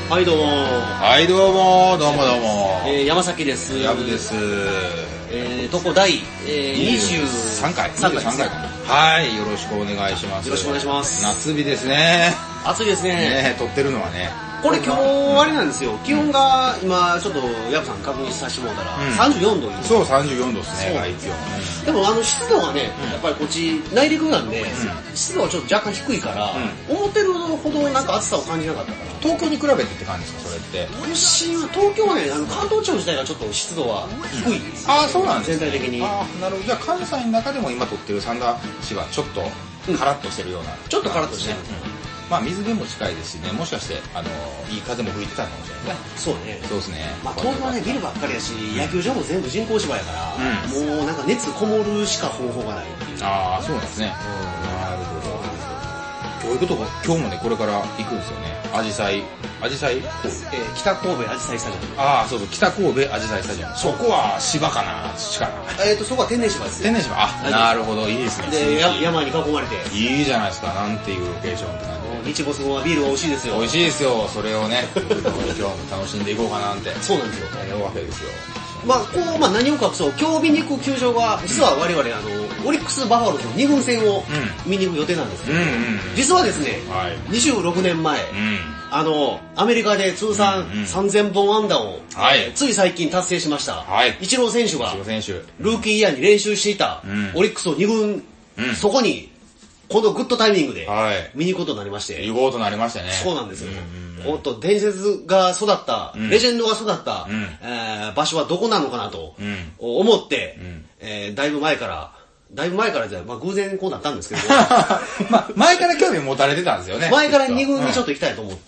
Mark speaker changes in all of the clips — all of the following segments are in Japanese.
Speaker 1: はいどうも。
Speaker 2: はいどうも、どうもどうも。
Speaker 1: 山崎です。
Speaker 2: やぶです。
Speaker 1: 投稿第、23回。
Speaker 2: 23回かな。はい、よろしくお願いします。
Speaker 1: よろしくお願いします。
Speaker 2: 夏日ですね。
Speaker 1: 暑いですね。
Speaker 2: ね、撮ってるのはね。
Speaker 1: これ今日あれなんですよ。気温が今ちょっとヤブさん確認させてもらったら、34度。
Speaker 2: そう、34度ですね、外気温。
Speaker 1: でも湿度がね、やっぱりこっち内陸なんで、湿度はちょっと若干低いから、思ってるほどなんか暑さを感じなかったから。
Speaker 2: 東京に比べてって感じですか、それって。
Speaker 1: 東京はね、関東地方自体がちょっと湿度は低い。
Speaker 2: ああ、そうなんです
Speaker 1: ね。全体的に。
Speaker 2: ああ、なるほど。じゃあ関西の中でも今撮ってる三田市はちょっとカラッとしてるような。
Speaker 1: ちょっとカラッとしてる。
Speaker 2: まあ水辺も近いですしね、もしかしていい風も吹いてたかもしれない。
Speaker 1: そうね。
Speaker 2: そうですね。
Speaker 1: まあ東京はねビルばっかりやし、野球場も全部人工芝やから、もうなんか熱こもるしか方法がないっていう。
Speaker 2: ああ、そうなんですね。なるほど。今日もねこれから行くんですよね。アジサイ
Speaker 1: 北神戸アジサイスタジアム。
Speaker 2: ああ、そうそう、北神戸アジサイスタジアム。そこは芝かな、土かな。
Speaker 1: そこは天然芝です。
Speaker 2: 天然芝。あ、なるほど、いいですね。
Speaker 1: で山に囲まれて。
Speaker 2: いいじゃないですか。なんていうロケーションって感じ。
Speaker 1: 日没後はビールが美味しいですよ。
Speaker 2: 美味しいですよ。それをね、今日も楽しんでいこうかなんて。
Speaker 1: そうなんですよ。
Speaker 2: 思うわけですよ。
Speaker 1: まあ何を隠そう、今日見に行く球場が、実は我々オリックスバファローズの2軍戦を見に行く予定なんですけど、実はですね、26年前、アメリカで通算3000本安打を、つい最近達成しました、イチロー選手が、ルーキーイヤーに練習していたオリックスの2軍、そこに、このグッドタイミングで見に行くことになりまして。
Speaker 2: 行くことになりましたね。
Speaker 1: そうなんですよ。伝説が育った、レジェンドが育った、場所はどこなのかなと思って、だいぶ前からじゃ、まあ偶然こうなったんですけど。
Speaker 2: まあ前から興味持たれてたんですよね。
Speaker 1: 前から2軍にちょっと行きたいと思って。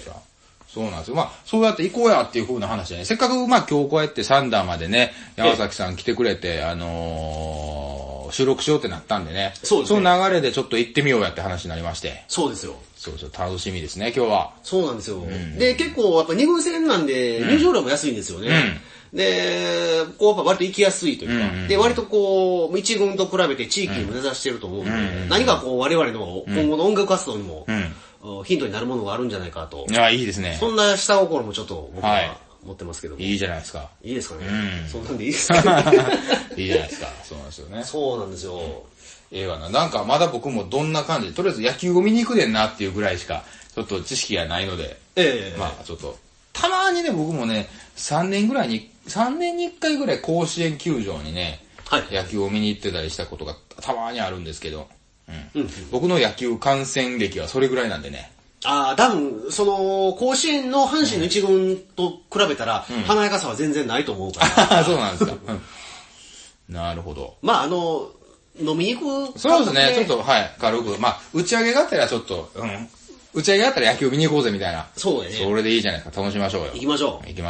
Speaker 2: そうなんですよ。まあ、そうやって行こうやっていう風な話でね。せっかくまあ今日こうやってサンダーまでね、山崎さん来てくれて、収録しようってなったんでね。そうですね。その流れでちょっと行ってみようやって話になりまして。
Speaker 1: そうですよ。
Speaker 2: そうそう、楽しみですね、今日は。
Speaker 1: そうなんですよ。で、結構やっぱ2軍戦なんで、入場料も安いんですよね。で、こうやっぱ割と行きやすいというか、で、割とこう、1軍と比べて地域にも根ざしてると思うんで、何かこう我々の今後の音楽活動にも、ヒントになるものがあるんじゃないかと。
Speaker 2: いや、いいですね。
Speaker 1: そんな下心もちょっと僕は持ってますけども。
Speaker 2: いいじゃないですか。
Speaker 1: いいですかね。そんなんでいいですか
Speaker 2: いいじゃないですか。そうなんですよね。
Speaker 1: そうなんですよ。
Speaker 2: なんかまだ僕もどんな感じで、とりあえず野球を見に行くねんなっていうぐらいしか、ちょっと知識がないので、まあちょっと、たまにね、僕もね、3年に1回ぐらい甲子園球場にね、野球を見に行ってたりしたことがたまにあるんですけど、僕の野球観戦歴はそれぐらいなんでね。
Speaker 1: 多分、甲子園の阪神の一軍と比べたら、華やかさは全然ないと思うから。
Speaker 2: そうなんですか。なるほど。
Speaker 1: まあ飲みに行く。
Speaker 2: そうですね、ちょっと、軽く。まあ、打ち上げがあったらちょっと、打ち上げがあったら野球見に行こうぜみたいな。
Speaker 1: そうね。
Speaker 2: それでいいじゃないですか、楽しみましょうよ。
Speaker 1: 行きましょう。
Speaker 2: 今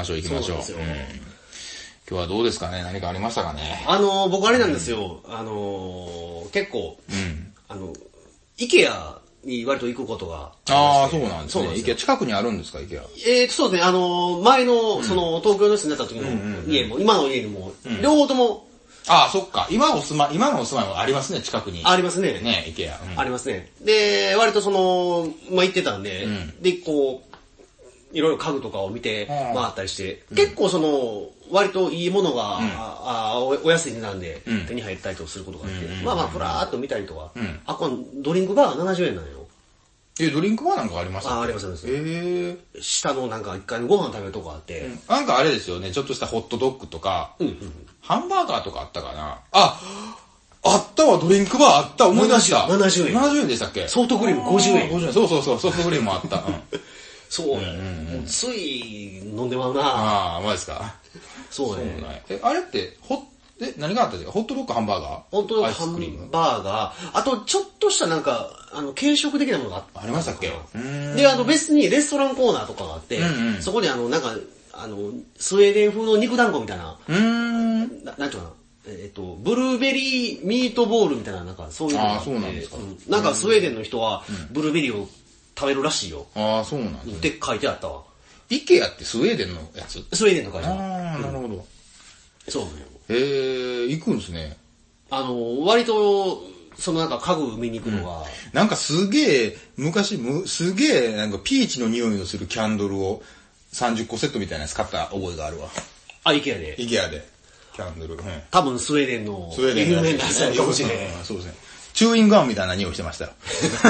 Speaker 2: 日はどうですかね、何かありましたかね。
Speaker 1: 僕あれなんですよ、結構、IKEA に割と行くことが。
Speaker 2: ああ、そうなんですね。IKEA 近くにあるんですか、IKEA。
Speaker 1: そうですね、前の、東京に住んでた時の家も、今の家にも、両方とも、
Speaker 2: ああ、そっか。今のお住まいもありますね、近くに。
Speaker 1: ありますね。
Speaker 2: ね、IKEA。
Speaker 1: ありますね。で、割とまあ、行ってたんで、で、こう、いろいろ家具とかを見て回ったりして、結構割といいものが、お安い値段で手に入ったりとすることがあって、まあまあ、ふらーっと見たりとか、このドリンクバー70円なんよ。
Speaker 2: ドリンクバーなんかありますか？
Speaker 1: あります。下のなんか一回ご飯食べるとこあって。
Speaker 2: なんかあれですよね、ちょっとしたホットドッグとか、ハンバーガーとかあったかな。あったわ、ドリンクバーあった、思い出した。
Speaker 1: 70円。
Speaker 2: 70円でしたっけ？
Speaker 1: ソフトクリーム50円。
Speaker 2: 50円。そう、ソフトクリームもあった。
Speaker 1: そう。つい飲んでまうな。
Speaker 2: ああ、マジですか。
Speaker 1: そうね。
Speaker 2: あれって、何があったんですか？ホットドッグハンバーガー？
Speaker 1: ホットドッグハンバーガー。あと、ちょっとしたなんか、軽食的なものが
Speaker 2: ありましたっけ？
Speaker 1: で、別にレストランコーナーとかがあって、そこになんか、スウェーデン風の肉団子みたいな、なんていうかな。ブルーベリーミートボールみたいな、なんかそういうのがあって、
Speaker 2: そうなんですか。
Speaker 1: なんかスウェーデンの人は、ブルーベリーを食べるらしいよ。
Speaker 2: ああ、そうなんですね。
Speaker 1: って書いてあったわ。
Speaker 2: IKEA ってスウェーデンのやつ？
Speaker 1: スウェーデンの会社。
Speaker 2: ああ、なるほど。
Speaker 1: そうね。
Speaker 2: 行くんですね。
Speaker 1: 割と、なんか家具見に行くのが、
Speaker 2: なんかすげえ、昔、すげえ、なんかピーチの匂いのするキャンドルを 30個セットみたいなやつ買った覚えがあるわ。
Speaker 1: あ、イケアで。
Speaker 2: イケアで。キャンドル。
Speaker 1: 多分スウェーデンの有名なやつかもしれない。
Speaker 2: そうですね。チューインガンみたいな匂いしてましたよ。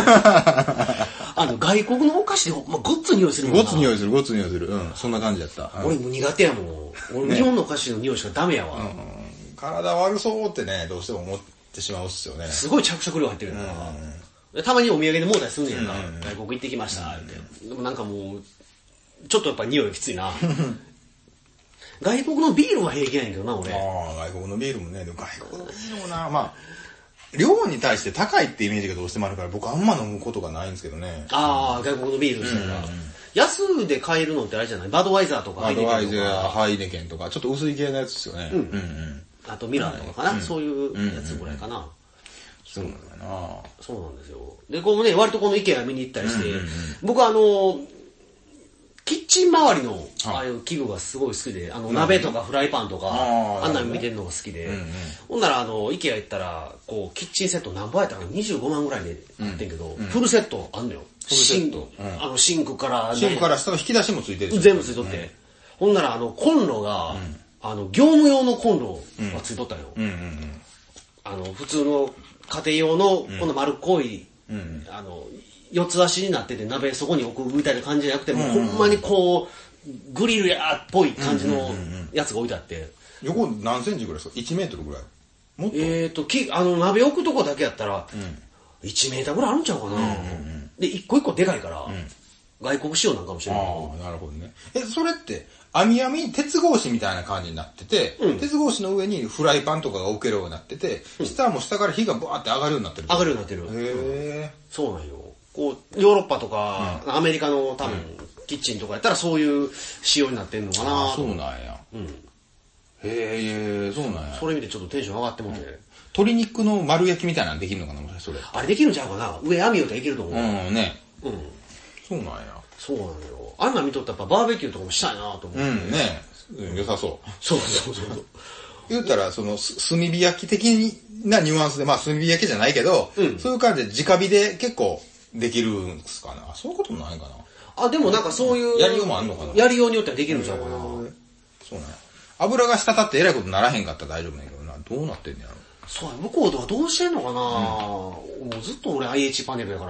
Speaker 1: 外国のお菓子で、ごっつ匂いするもん
Speaker 2: な。ごっつ匂いする。うん、そんな感じだった。
Speaker 1: 俺も苦手やもん。俺日本のお菓子の匂いしかダメやわ。
Speaker 2: 体悪そうってね、どうしても思ってしまうっすよね。
Speaker 1: すごい着色料入ってるんだ。たまにお土産でもうたりすんねやんか。外国行ってきました、って。でもなんかもう、ちょっとやっぱ匂いきついな。外国のビールは平気やねんけどな、俺。
Speaker 2: 外国のビールもね、でも外国のビールもな、まあ、量に対して高いってイメージがどうしてもあるから、僕あんま飲むことがないんですけどね。
Speaker 1: 外国のビールしたら。安で買えるのってあれじゃない？バドワイザーとか
Speaker 2: ハイネケンとか。バドワイザー、ハイネケンとか、ちょっと薄い系のやつですよね。
Speaker 1: あとミラーとかかな、そういうやつぐらいかな。
Speaker 2: そうなんだな。
Speaker 1: そうなんですよ。で、こうね、割とこのイケア見に行ったりして、僕キッチン周りのああいう器具がすごい好きで、鍋とかフライパンとか、あんなの見てるのが好きで、ほんならイケア行ったら、こう、キッチンセット何倍やったかな、25万ぐらいで売ってんけど、フルセットあんのよ。シンクから、
Speaker 2: シンクから下の引き出しもついてる
Speaker 1: 全部ついとって。ほんならコンロが、業務用のコンロがついとったよ。普通の家庭用の、この丸っこい、四つ足になってて鍋そこに置くみたいな感じじゃなくて、もうほんまにこう、グリルやっぽい感じのやつが置いてあって。
Speaker 2: 横何センチぐらいですか ?1 メートルぐらいもっ
Speaker 1: と鍋置くとこだけやったら、1メーターぐらいあるんちゃうかな。で、一個一個でかいから、外国仕様なんかもしれない。
Speaker 2: なるほどね。それって、網鉄格子みたいな感じになってて、鉄格子の上にフライパンとかが置けるようになってて、下も下から火がバーって上がるようになってる。
Speaker 1: 上がるようになってる。そうなんよ。こう、ヨーロッパとか、アメリカの多分、キッチンとかやったらそういう仕様になってんのかな。
Speaker 2: そうなんや。そうなんや。
Speaker 1: それ見てちょっとテンション上がってもて。
Speaker 2: 鶏肉の丸焼きみたいなのできるのかな、それ。
Speaker 1: あれできるんちゃうかな。上網をたらいけると思う。
Speaker 2: ね。そうなんや。
Speaker 1: そうなのよ。あんな見とったらやっぱバーベキューとかもしたいなと思って。
Speaker 2: ね。良さそう。
Speaker 1: そう。
Speaker 2: 言ったら、その、炭火焼き的なニュアンスで、まあ炭火焼きじゃないけど、そういう感じで直火で結構できるんですかね。そういうこともないかな。
Speaker 1: でもなんかそういう。
Speaker 2: やりようもあんのかな。
Speaker 1: やりようによってはできるんちゃうかな。
Speaker 2: そうね。油が滴ってえらいことならへんかったら大丈夫だけどな。どうなってんねやろ。
Speaker 1: そう向こうではどうしてんのかな、もうずっと俺 IH パネルやから。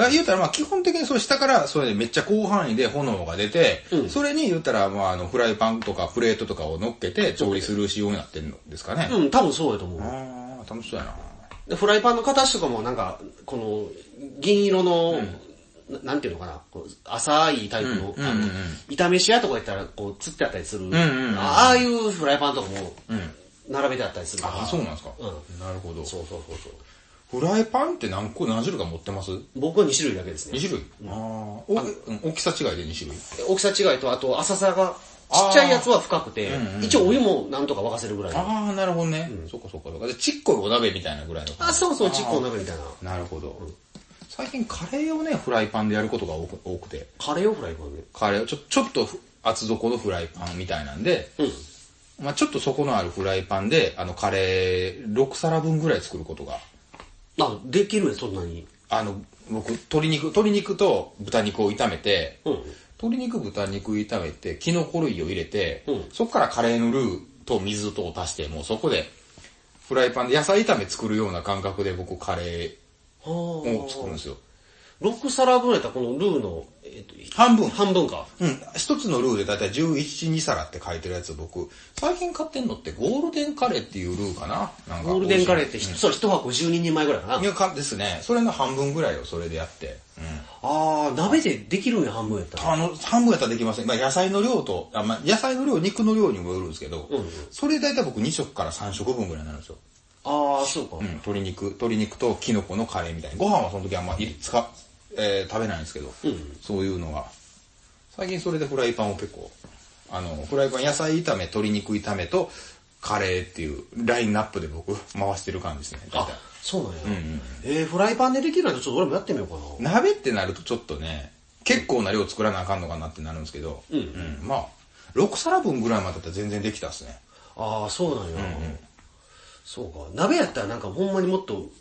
Speaker 2: 言うたらまあ基本的にそれ下からそれでめっちゃ広範囲で炎が出て、それに言ったらまあフライパンとかプレートとかを乗っけて調理する仕様になってるんですかね。
Speaker 1: 多分そうやと思う。
Speaker 2: 楽しそうやな。
Speaker 1: でフライパンの形とかもなんか、この銀色の、なんていうのかな、こう浅いタイプの、炒めし屋とかやったらこう釣ってあったりする、ああいうフライパンとかも、並べてあったりするから。
Speaker 2: そうなんですか。なるほど。
Speaker 1: そう。
Speaker 2: フライパンって何種類か持ってます？
Speaker 1: 僕は2種類だけですね。
Speaker 2: 2種類？大きさ違いで2種類？
Speaker 1: 大きさ違いと、あと浅さが、ちっちゃいやつは深くて、一応お湯もなんとか沸かせるぐらい。
Speaker 2: なるほどね。そっか。で、ちっこいお鍋みたいなぐらいの。
Speaker 1: そう、ちっこいお鍋みたいな。
Speaker 2: なるほど。最近カレーをね、フライパンでやることが多くて。
Speaker 1: カレーをフライパンで？
Speaker 2: カレーをちょっと厚底のフライパンみたいなんで、まあちょっと底のあるフライパンで、カレー6皿分ぐらい作ることが。
Speaker 1: できるね、そんなに。
Speaker 2: 僕、鶏肉と豚肉を炒めて、鶏肉、豚肉炒めて、キノコ類を入れて、そこからカレーのルーと水とを足して、もうそこで、フライパンで野菜炒め作るような感覚で僕カレーを作るんですよ。
Speaker 1: 6皿分やったらこのルーの、
Speaker 2: 半分
Speaker 1: か。
Speaker 2: 一つのルーでだいたい11、2皿って書いてるやつ僕、最近買ってんのってゴールデンカレーっていうルーかな。
Speaker 1: ゴールデンカレーってそれ1箱12人前ぐらいかな。
Speaker 2: いや、ですね。それの半分ぐらいをそれでやって。
Speaker 1: 鍋でできるんや、半分やったら。
Speaker 2: 半分やったらできません。まあ野菜の量と、野菜の量、肉の量にもよるんですけど、それでだいたい僕2食から3食分ぐらいになるんですよ。
Speaker 1: そうか。
Speaker 2: 鶏肉とキノコのカレーみたいな。ご飯はその時あんま食べないんですけど、そういうのは。最近それでフライパンを結構、フライパン野菜炒め、鶏肉炒めとカレーっていうラインナップで僕回してる感じですね。
Speaker 1: そうなんや。フライパンでできるのちょっと俺もやってみようかな。
Speaker 2: 鍋ってなるとちょっとね、結構な量作らなあかんのかなってなるんですけど、まあ、6皿分ぐらいまでだったら全然できたっすね。
Speaker 1: そうなんや。そうか。鍋やったらなんかほんまにもっと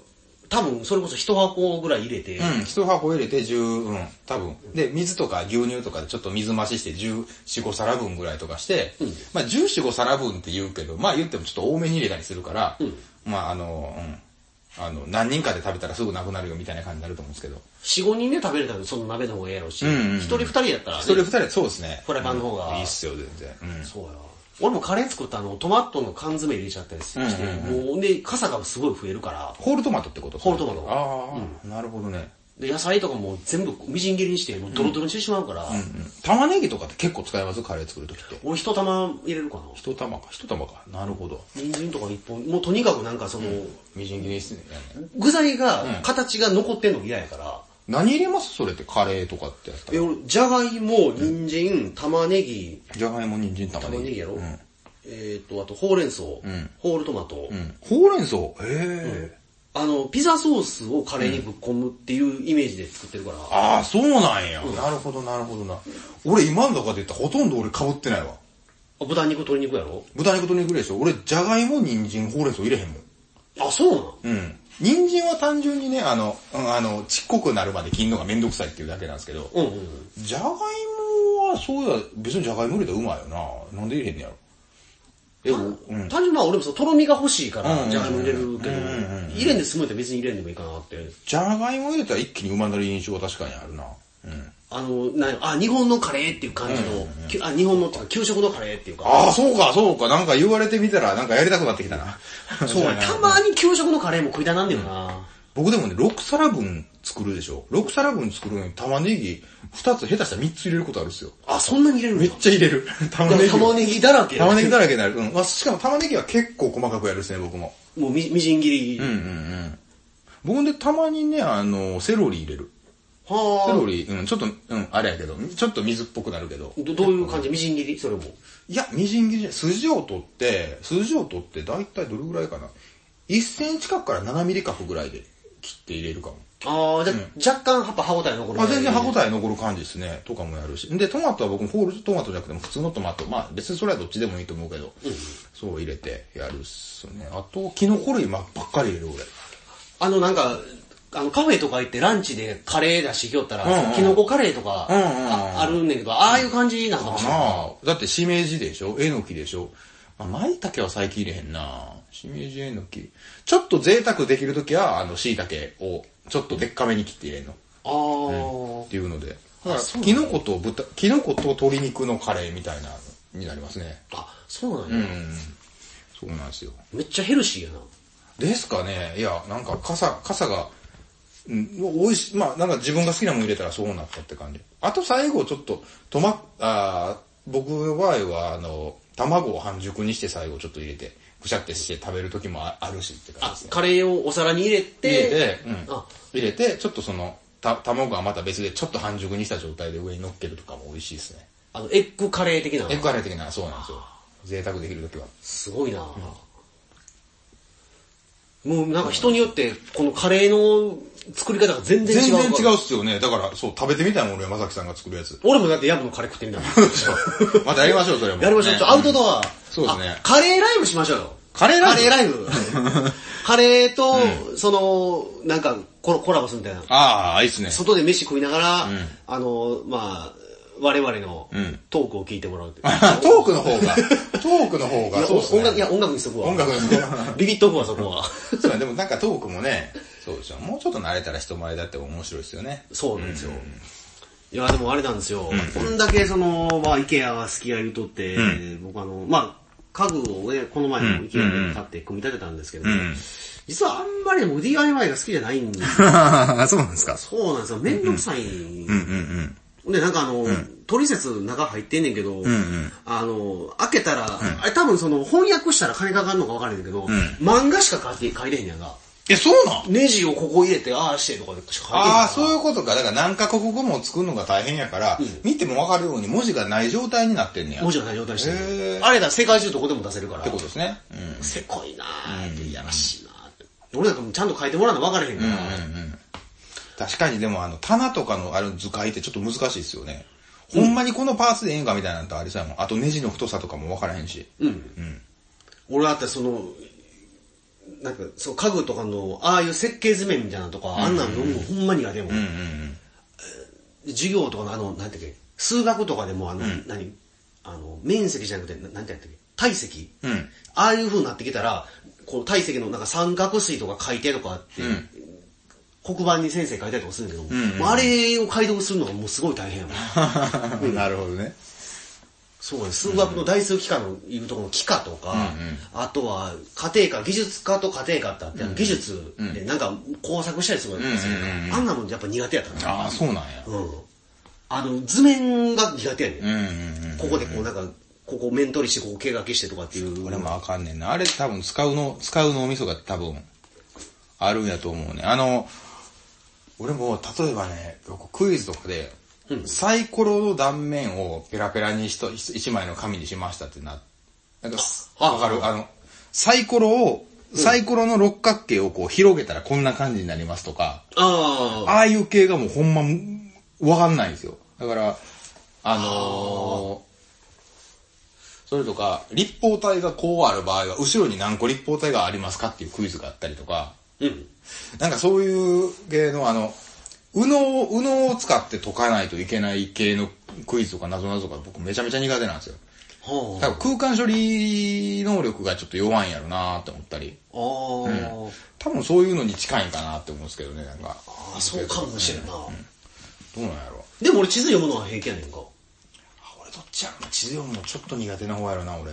Speaker 1: 多分それこそ1箱ぐらい入れて。
Speaker 2: うん、1箱入れて多分。で、水とか牛乳とかでちょっと水増しして14、5皿分ぐらいとかして、まあ14、5皿分って言うけど、まあ言ってもちょっと多めに入れたりするから、まあ何人かで食べたらすぐなくなるよみたいな感じになると思うんですけど。
Speaker 1: 4、5人で食べれたらその鍋の方がええやろうし、1人2人やったらね。
Speaker 2: 1人2人、そうですね。
Speaker 1: フライパンの方が。
Speaker 2: いいっすよ、全然。
Speaker 1: そうや。俺もカレー作ったトマトの缶詰入れちゃったりして、もうで、傘がすごい増えるから。
Speaker 2: ホールトマトってこと？
Speaker 1: ホールトマト。
Speaker 2: ああ、なるほどね。
Speaker 1: で、野菜とかも全部みじん切りにして、もうドロドロにしてしまうから。
Speaker 2: 玉ねぎとかって結構使います？カレー作るときって。
Speaker 1: 俺1玉入れるかな。
Speaker 2: 1玉か。なるほど。
Speaker 1: 人参とか1本、もうとにかくなんか
Speaker 2: みじん切りにしてね。
Speaker 1: 具材が、形が残ってんの嫌やから。
Speaker 2: 何入れます？それってカレーとかってやったら。
Speaker 1: じゃがいも、人参、玉ねぎ。
Speaker 2: じゃがいも、人参、玉ねぎ
Speaker 1: やろ？あと、ほうれん草、ホールトマト。
Speaker 2: ほうれん草？
Speaker 1: ピザソースをカレーにぶっ込むっていうイメージで作ってるから。
Speaker 2: ああ、そうなんや。なるほどな。俺今の中で言ったらほとんど俺被ってないわ。
Speaker 1: 豚肉、鶏肉やろ？
Speaker 2: 豚肉、鶏肉でしょ。俺、じゃがいも、人参、ほうれん草入れへんもん。
Speaker 1: あ、そうなん？
Speaker 2: 人参は単純にね、ちっこくなるまで切るのがめんどくさいっていうだけなんですけど、じゃがいもはそうや、別にじゃがいも入れたらうまいよな。なんで入れへんねやろ。
Speaker 1: 単純にまあ俺もとろみが欲しいから、じゃがいも入れるけど、入れんで済むって別に入れんでもいいかなって。
Speaker 2: じゃがいも入れたら一気にうまなる印象は確かにあるな。
Speaker 1: 日本のカレーっていう感じの、日本の給食のカレーっていうか。
Speaker 2: ああ、そうか。なんか言われてみたらなんかやりたくなってきたな。
Speaker 1: そうや、たまに給食のカレーも食いたなんでよな。
Speaker 2: 僕でもね、6皿分作るでしょ。6皿分作るのに玉ねぎ2つ、下手したら3つ入れることあるんですよ。
Speaker 1: あ、そんなに入れるの？
Speaker 2: めっちゃ入れる。
Speaker 1: 玉ねぎだらけ。
Speaker 2: 玉ねぎだらけになる。しかも玉ねぎは結構細かくやるですね、僕も。
Speaker 1: もうみじん切り。
Speaker 2: 僕でたまにね、セロリ入れる。セロリ、ちょっと、あれやけど、ちょっと水っぽくなるけど。
Speaker 1: どういう感じ？みじん切り？それも。
Speaker 2: いや、みじん切りじゃない。筋を取ってだいたいどれぐらいかな。1センチ角から7ミリ角ぐらいで切って入れるかも。
Speaker 1: ああ、じゃあ、若干歯応え残る。
Speaker 2: あ、全然歯応え残る感じですね。とかもやるし。で、トマトは僕ホールトマトじゃなくても普通のトマト。まあ別にそれはどっちでもいいと思うけど、そう入れてやるっすね。あと、キノコ類ばっかり入れる俺。
Speaker 1: なんか、カフェとか行ってランチでカレー出してきよったら、キノコカレーとかあるんだけど、ああいう感じなんかもしれない。
Speaker 2: だってしめじでしょ、えのきでしょ。舞茸は最近入れへんな。しめじ、えのき。ちょっと贅沢できるときは、椎茸をちょっとでっかめに切って入れんの。っていうので。キノコと鶏肉のカレーみたいなになりますね。
Speaker 1: あ、そうなんや。
Speaker 2: そうなんですよ。
Speaker 1: めっちゃヘルシーやな。
Speaker 2: ですかね。いや、なんか傘が、美味しい。まあ、なんか自分が好きなもの入れたらそうなったって感じ。あと最後ちょっと、僕の場合は、卵を半熟にして最後ちょっと入れて、くしゃってして食べる時もあるしって感じですね。
Speaker 1: カレーをお皿に入れて、
Speaker 2: ちょっと卵はまた別でちょっと半熟にした状態で上に乗っけるとかも美味しいですね。
Speaker 1: エッグカレー的な。
Speaker 2: エッグカレー的な、そうなんですよ。贅沢できる時は。
Speaker 1: すごいな。もうなんか人によってこのカレーの作り方が全然違う。
Speaker 2: 全然違うっすよね。だからそう食べてみたいもん俺山崎さんが作るやつ。
Speaker 1: 俺もだってヤブのカレー食ってみたい
Speaker 2: またやりましょうそれも。
Speaker 1: やりましょう。アウトドア。
Speaker 2: そうですね。
Speaker 1: カレーライブしましょうよ。
Speaker 2: カレーライ
Speaker 1: ブカレーと、なんかコラボするみたいな。
Speaker 2: ああ、いいっすね。
Speaker 1: 外で飯食いながら、まあ、我々のトークを聞いてもらうっていう。
Speaker 2: トークの方が、そうですね。
Speaker 1: 音楽にしとくわ。
Speaker 2: 音楽にしとくわ。
Speaker 1: ビビっとくわ、そこは。
Speaker 2: そうでもなんかトークもね、そうでしょ。もうちょっと慣れたら人前だって面白いですよね。
Speaker 1: そうなんですよ。いや、でもあれなんですよ。こんだけイケアが好きが言うとって、僕まあ、家具をね、この前のイケアで買って組み立てたんですけど、実はあんまりもう DIY が好きじゃないんですよ。
Speaker 2: そうなんですか。
Speaker 1: そうなんですよ。めんどくさい。で、なんか取説中入ってんねんけど、開けたら、あれ多分翻訳したら金かかるのか分からへんけど、漫画しか書いてへんやんか。
Speaker 2: そうなん？
Speaker 1: ネジをここ入れて、ああしてとかでしか書いてへん。
Speaker 2: ああ、そういうことか。だから何カ国語も作るのが大変やから、見ても分かるように文字がない状態になってんねや。
Speaker 1: 文字がない状態にしてる。あれだ、世界中どこでも出せるから。
Speaker 2: ってことですね。
Speaker 1: せこいなーって、いやらしいなーって。俺なんかちゃんと書いてもらうの分からへんから。
Speaker 2: 確かにでも棚とかの図解ってちょっと難しいですよね。ほんまにこのパーツでええんかみたいなのとありそうやもん。あとネジの太さとかも分からへんし。
Speaker 1: 俺だってなんか、そう、家具とかの、ああいう設計図面みたいなのとか、あんなの読むのほんま苦手もん。授業とかのなんていうか、数学とかでも面積じゃなくて、なんてやったっけ、体積、ああいう風になってきたら、こう体積のなんか三角錐とか書いてとかって、黒板に先生書いたりとかするんだけど、あれを解読するのがもうすごい大変やもん。
Speaker 2: なるほどね。
Speaker 1: そうね、数学の代数幾何のいうところの幾何とか、あとは家庭科、技術科と家庭科ってあって、技術でなんか工作したりするんですけど、あんなもんやっぱ苦手やったね。
Speaker 2: ああ、そうなんや。
Speaker 1: 図面が苦手やね。ここでこうなんか、ここ面取りしてここ毛書きしてとかっていう。
Speaker 2: 俺もあかんねんな。あれ多分使う脳みそが多分あるんやと思うね。俺も例えばね、クイズとかで、サイコロの断面をペラペラに一枚の紙にしましたってなんか、わかる？サイコロの六角形をこう広げたらこんな感じになりますとか、ああいう系がもうほんまわかんないんですよ。だから、それとか、立方体がこうある場合は、後ろに何個立方体がありますかっていうクイズがあったりとか、なんかそういう系の右脳を使って解かないといけない系のクイズとか謎々とか僕めちゃめちゃ苦手なんですよ。多分空間処理能力がちょっと弱いんやろなって思ったり。多分そういうのに近いんかなって思うんですけどね、なんか。
Speaker 1: そうかもしれんな。ど
Speaker 2: うなんやろ。
Speaker 1: でも俺地図読むのは平気やねんか。
Speaker 2: 俺どっちやろな。地図読むのちょっと苦手な方やろな、俺。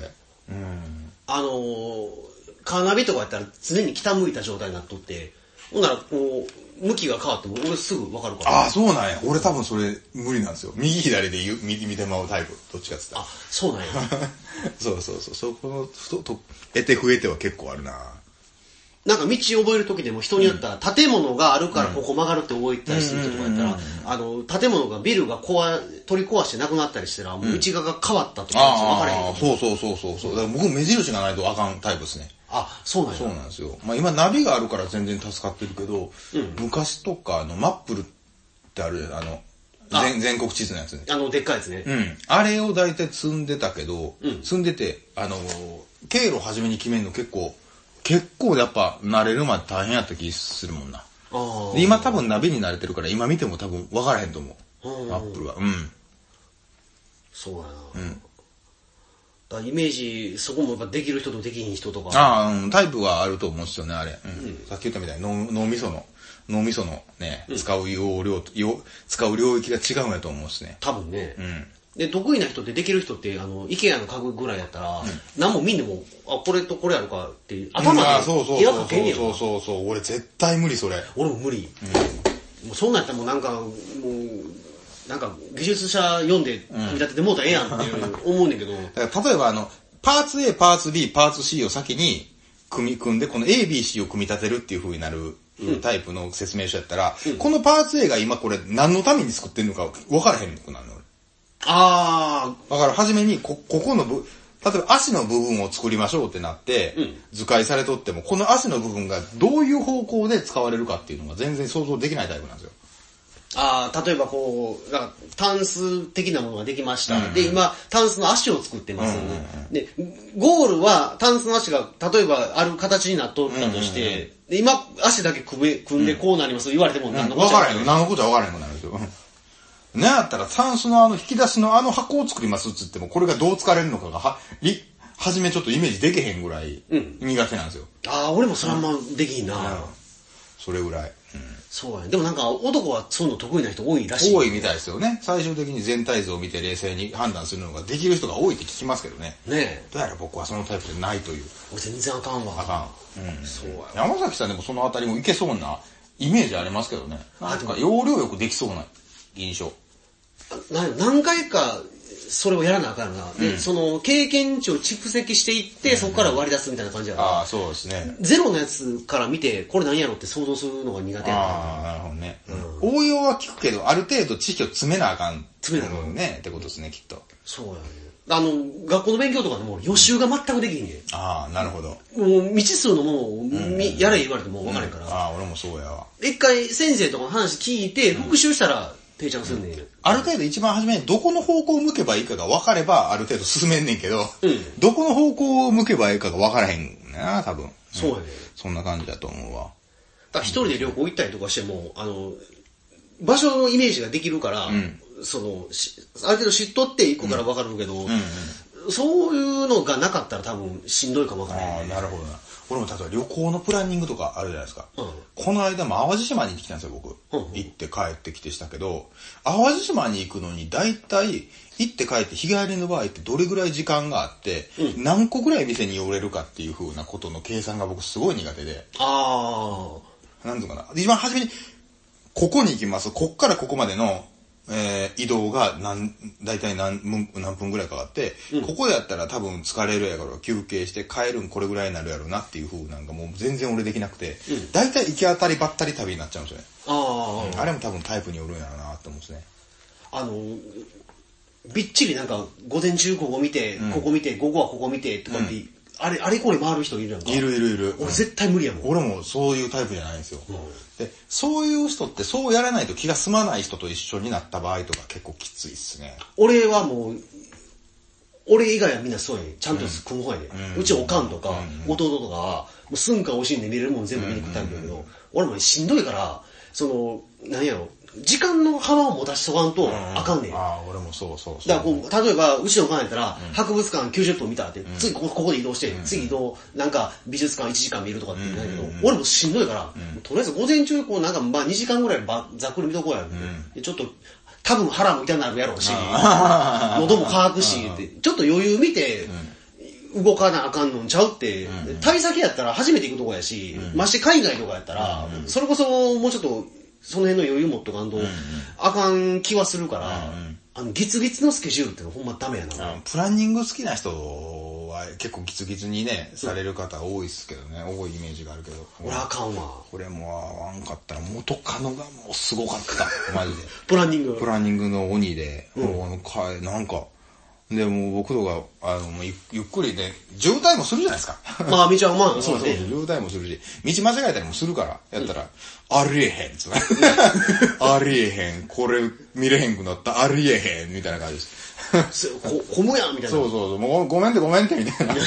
Speaker 1: カーナビとかやったら常に北向いた状態になっとって、ほんならこう、向きが変わっても俺すぐ分かるから。
Speaker 2: ああ、そうなんや。俺多分それ無理なんですよ。右左で見てまうタイプ。どっちかって言ったら。
Speaker 1: そうなんや。
Speaker 2: そう。そこの、得て増えては結構あるな。
Speaker 1: なんか道覚える時でも人によったら、建物があるからここ曲がるって覚えたりする人とかやったら、建物がビルが取り壊してなくなったりしたら、もう道側が変わったとか分からへん。
Speaker 2: そう。だから僕目印がないとあかんタイプですね。
Speaker 1: そうなんや。
Speaker 2: そうなんですよ。まあ今ナビがあるから全然助かってるけど、昔とかマップルってある全国地図のやつね。
Speaker 1: でっかいやつね。
Speaker 2: あれを大体積んでたけど、積んでて、経路初めに決めるの結構やっぱ慣れるまで大変やった気するもんな。で今多分ナビに慣れてるから今見ても多分分からへんと思う。マップルは。
Speaker 1: そうやな。だイメージ、そこもやっぱできる人とできひん人とか。
Speaker 2: タイプはあると思うんですよね、あれ。さっき言ったみたいに脳みそのね、使う領域が違うんやと思うしね。
Speaker 1: 多分ね。で、得意な人ってできる人って、IKEA の家具ぐらいやったら、何も見んでも、これとこれあるかって、頭で部屋かけんねやろ。
Speaker 2: そう。俺絶対無理、それ。
Speaker 1: 俺も無理。もうそんなんやったらもうなんか技術者読んで組み立ててもうたらええやんって思うねんけど。
Speaker 2: 例えばパーツ A、パーツ B、パーツ C を先に組んで、この A、B、C を組み立てるっていう風になるタイプの説明書やったら、このパーツ A が今これ何のために作ってんのか分からへんくなるの。だから初めにここの例えば足の部分を作りましょうってなって、図解されとっても、この足の部分がどういう方向で使われるかっていうのが全然想像できないタイプなんですよ。
Speaker 1: 例えばなんかタンス的なものができました。で、今、タンスの足を作ってます。で、ゴールはタンスの足が、例えばある形になっとったとして、で今、足だけ組んでこうなります言われても
Speaker 2: 何のこっちゃ分からへんくなるんですよ。なんやったらタンスの引き出しの箱を作りますっつっても、これがどう使われるのかが初めちょっとイメージできへんぐらい苦手なんですよ。
Speaker 1: 俺もそれあんまできひんな。
Speaker 2: それぐらい。
Speaker 1: そうやね。でもなんか男はそういうの得意な人多いらしい。
Speaker 2: 多いみたいですよね。最終的に全体像を見て冷静に判断するのができる人が多いって聞きますけどね。どうやら僕はそのタイプでないという。
Speaker 1: 全然あかんわ。
Speaker 2: そうや。山崎さんでもそのあたりもいけそうなイメージありますけどね。なんか要領よくできそうな印象。
Speaker 1: 何回かそれをやらなあかんな。で、その経験値を蓄積していって、そこから割り出すみたいな感じやから。
Speaker 2: そうですね。
Speaker 1: ゼロのやつから見て、これ何やろって想像するのが苦手や
Speaker 2: な。なるほどね。応用は聞くけど、ある程度知識を詰めなあかん。ね。ってことですね、きっと。
Speaker 1: そうやね。学校の勉強とかでも予習が全くできひんねん。
Speaker 2: なるほど。
Speaker 1: もう未知数のものをやれ言われても分からへんから。
Speaker 2: 俺もそうやわ。
Speaker 1: 一回先生とかの話聞いて、復習したら、定着するねん。
Speaker 2: ある程度一番初めにどこの方向を向けばいいかが分かればある程度進めんねんけど、どこの方向を向けばいいかが分からへんな、多分。
Speaker 1: そうやね。
Speaker 2: そんな感じだと思うわ。
Speaker 1: だから一人で旅行行ったりとかしても、場所のイメージができるから、ある程度知っとって行くから分かるけど、そういうのがなかったら多分しんどいかも分からない、
Speaker 2: なるほどな。俺も例えば旅行のプランニングとかあるじゃないですか。この間も淡路島に行ってきたんですよ、僕。行って帰ってきてしたけど、淡路島に行くのに大体、行って帰って日帰りの場合ってどれぐらい時間があって、何個ぐらい店に寄れるかっていう風なことの計算が僕すごい苦手で。なんとかな。一番初めに、ここに行きます。こっからここまでの、移動が大体何分ぐらいかかって、ここやったら多分疲れるやから休憩して帰るんこれぐらいになるやろうなっていう風なんかもう全然俺できなくて、大体行き当たりばったり旅になっちゃうんですよね。あれも多分タイプによるんやろうなって思うんですね。
Speaker 1: びっちりなんか午前中ここ見て、ここ見て、午後はここ見てとかって、あれこれ回る人いるやんか。
Speaker 2: いる。
Speaker 1: 俺絶対無理やもん。
Speaker 2: 俺もそういうタイプじゃないんですよ。で、そういう人ってそうやらないと気が済まない人と一緒になった場合とか結構きついっすね。
Speaker 1: 俺はもう、俺以外はみんなそうやねん。ちゃんと組む方やねん。うちおかんとか、弟とかは、もう寸暇惜しんで見れるもん全部見に行くタイプだけど、俺もしんどいから、何やろ、時間の幅を持たしとかんとあかんねん。
Speaker 2: 俺もそう。
Speaker 1: だからこう、例えば、うちのおかんやったら、博物館90分見たって、次ここで移動して、次移動、なんか美術館1時間見るとかって言うんだけど、俺もしんどいから、とりあえず午前中こうなんか2時間ぐらいざっくり見とこうやん。ちょっと、多分腹も痛くなるやろうし、喉も乾くし、ちょっと余裕見て、動かなあかんのんちゃうって、旅先やったら初めて行くとこやし、まして海外とかやったら、それこそもうちょっと、その辺の余裕持っとかんと、あかん気はするから、ギツギツのスケジュールってほんまダメやな。
Speaker 2: プランニング好きな人は結構ギツギツにね、される方多いっすけどね、多いイメージがあるけど。
Speaker 1: 俺あかんわ。
Speaker 2: これも合わんかったら元カノがもうすごかった。マジで。
Speaker 1: プランニング
Speaker 2: の鬼で、なんか、で、もう僕とか、ゆっくりね、渋滞もするじゃないですか。
Speaker 1: まあ、道はまあ、そうね。
Speaker 2: 渋滞もするし、道間違えたりもするから、やったら、ありえへんっつうありえへん、これ見れへんくなった、ありえへん、みたいな感じです。
Speaker 1: こむやんみたいな。
Speaker 2: そう、もうごめんって、みたいな。も